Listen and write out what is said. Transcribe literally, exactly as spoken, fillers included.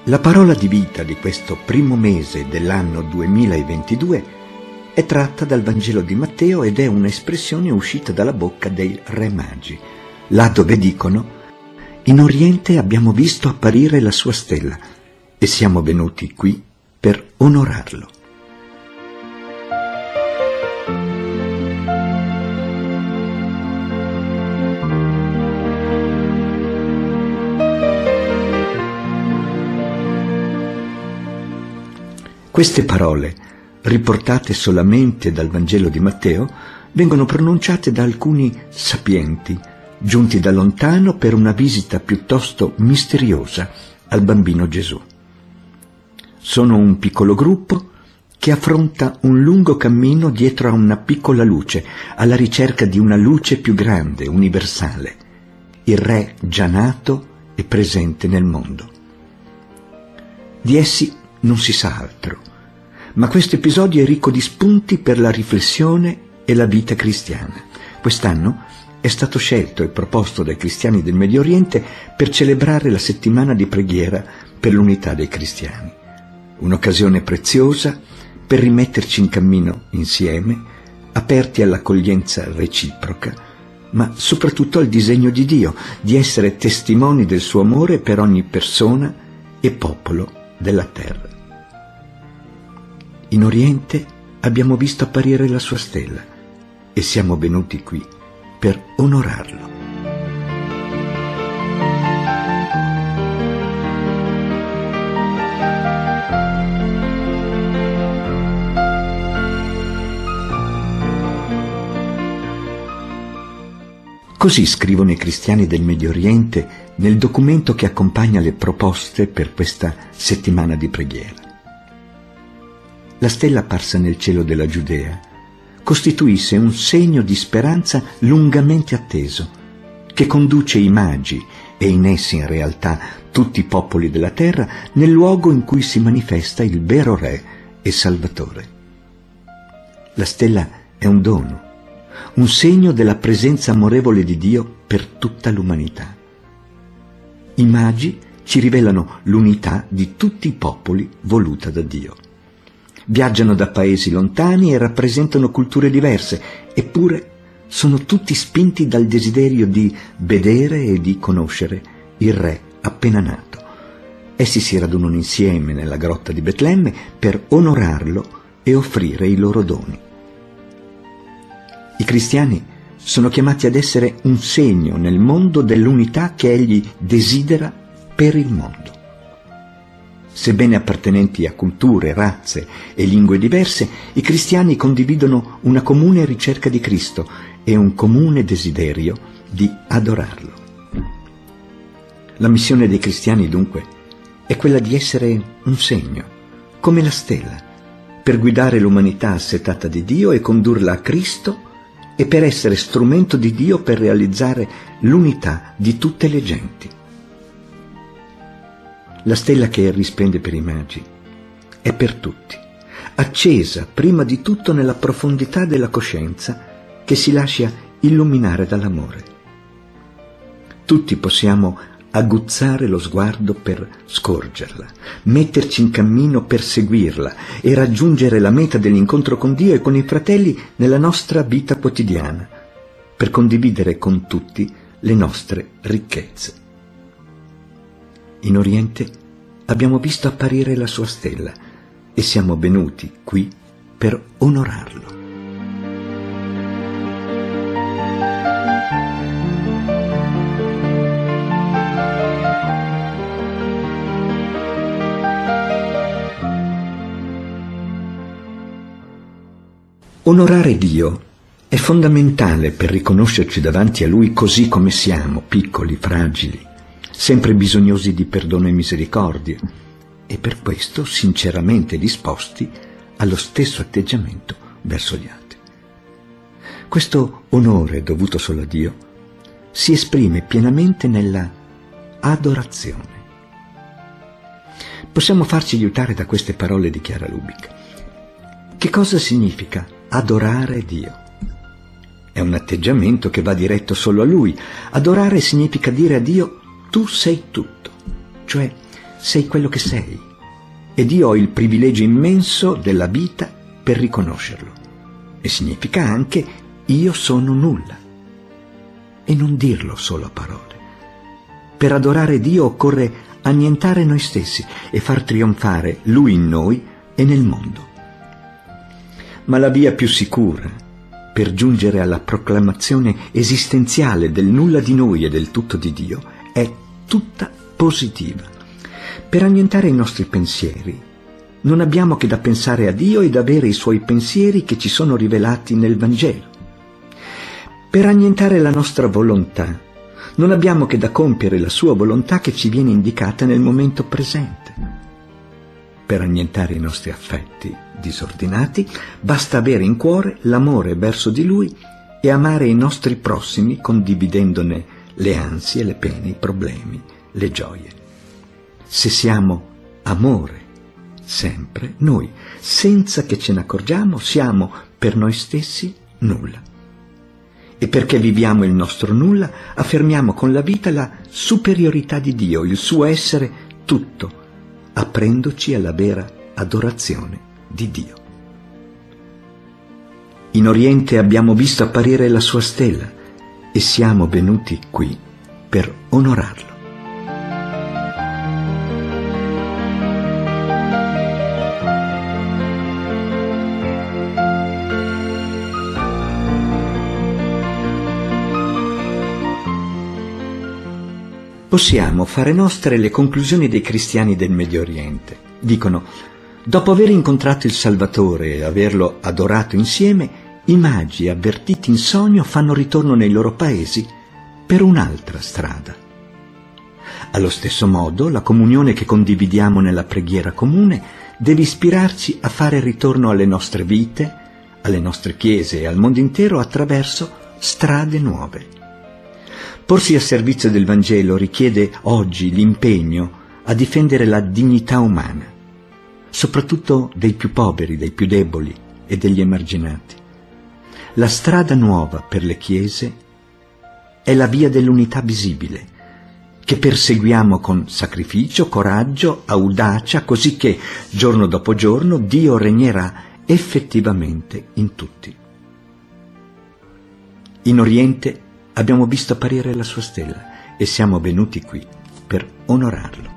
La parola di vita di questo primo mese dell'anno duemilaventidue è tratta dal Vangelo di Matteo ed è un'espressione uscita dalla bocca dei Re Magi, là dove dicono: in Oriente abbiamo visto apparire la sua stella e siamo venuti qui per onorarlo. Queste parole, riportate solamente dal Vangelo di Matteo, vengono pronunciate da alcuni sapienti, giunti da lontano per una visita piuttosto misteriosa al bambino Gesù. Sono un piccolo gruppo che affronta un lungo cammino dietro a una piccola luce, alla ricerca di una luce più grande, universale, il Re già nato e presente nel mondo. Di essi non si sa altro, ma questo episodio è ricco di spunti per la riflessione e la vita cristiana. Quest'anno è stato scelto e proposto dai cristiani del Medio Oriente per celebrare la settimana di preghiera per l'unità dei cristiani. Un'occasione preziosa per rimetterci in cammino insieme, aperti all'accoglienza reciproca, ma soprattutto al disegno di Dio, di essere testimoni del suo amore per ogni persona e popolo della terra. In Oriente abbiamo visto apparire la sua stella e siamo venuti qui per onorarlo. Così scrivono i cristiani del Medio Oriente nel documento che accompagna le proposte per questa settimana di preghiera. La stella apparsa nel cielo della Giudea costituisce un segno di speranza lungamente atteso, che conduce i magi, e in essi in realtà tutti i popoli della terra, nel luogo in cui si manifesta il vero Re e Salvatore. La stella è un dono, un segno della presenza amorevole di Dio per tutta l'umanità. I magi ci rivelano l'unità di tutti i popoli voluta da Dio. Viaggiano da paesi lontani e rappresentano culture diverse, eppure sono tutti spinti dal desiderio di vedere e di conoscere il Re appena nato. Essi si radunano insieme nella grotta di Betlemme per onorarlo e offrire i loro doni. I cristiani sono chiamati ad essere un segno nel mondo dell'unità che Egli desidera per il mondo. Sebbene appartenenti a culture, razze e lingue diverse, i cristiani condividono una comune ricerca di Cristo e un comune desiderio di adorarlo. La missione dei cristiani, dunque, è quella di essere un segno, come la stella, per guidare l'umanità assetata di Dio e condurla a Cristo e per essere strumento di Dio per realizzare l'unità di tutte le genti. La stella che risplende per i magi è per tutti, accesa prima di tutto nella profondità della coscienza che si lascia illuminare dall'amore. Tutti possiamo aguzzare lo sguardo per scorgerla, metterci in cammino per seguirla e raggiungere la meta dell'incontro con Dio e con i fratelli nella nostra vita quotidiana, per condividere con tutti le nostre ricchezze. In Oriente abbiamo visto apparire la sua stella e siamo venuti qui per onorarlo. Onorare Dio è fondamentale per riconoscerci davanti a Lui così come siamo, piccoli, fragili, sempre bisognosi di perdono e misericordia, e per questo sinceramente disposti allo stesso atteggiamento verso gli altri. Questo onore dovuto solo a Dio si esprime pienamente nella adorazione. Possiamo farci aiutare da queste parole di Chiara Lubick. Che cosa significa adorare Dio? È un atteggiamento che va diretto solo a Lui. Adorare significa dire a Dio: tu sei tutto, cioè sei quello che sei ed io ho il privilegio immenso della vita per riconoscerlo. E significa anche io sono nulla. E non dirlo solo a parole. Per adorare Dio occorre annientare noi stessi e far trionfare Lui in noi e nel mondo. Ma la via più sicura per giungere alla proclamazione esistenziale del nulla di noi e del tutto di Dio è tutta positiva. Per annientare i nostri pensieri non abbiamo che da pensare a Dio ed avere i Suoi pensieri che ci sono rivelati nel Vangelo. Per annientare la nostra volontà non abbiamo che da compiere la Sua volontà che ci viene indicata nel momento presente. Per annientare i nostri affetti disordinati basta avere in cuore l'amore verso di Lui e amare i nostri prossimi condividendone le ansie, le pene, i problemi, le gioie. Se siamo amore sempre, noi, senza che ce ne accorgiamo, siamo per noi stessi nulla. E perché viviamo il nostro nulla, affermiamo con la vita la superiorità di Dio, il suo essere tutto, aprendoci alla vera adorazione di Dio. In Oriente abbiamo visto apparire la sua stella e siamo venuti qui per onorarlo. Possiamo fare nostre le conclusioni dei cristiani del Medio Oriente. Dicono: dopo aver incontrato il Salvatore e averlo adorato insieme, i magi avvertiti in sogno fanno ritorno nei loro paesi per un'altra strada. Allo stesso modo, la comunione che condividiamo nella preghiera comune deve ispirarci a fare ritorno alle nostre vite, alle nostre chiese e al mondo intero attraverso strade nuove. Porsi a servizio del Vangelo richiede oggi l'impegno a difendere la dignità umana, soprattutto dei più poveri, dei più deboli e degli emarginati. La strada nuova per le chiese è la via dell'unità visibile, che perseguiamo con sacrificio, coraggio, audacia, così che giorno dopo giorno Dio regnerà effettivamente in tutti. In Oriente abbiamo visto apparire la sua stella e siamo venuti qui per onorarlo.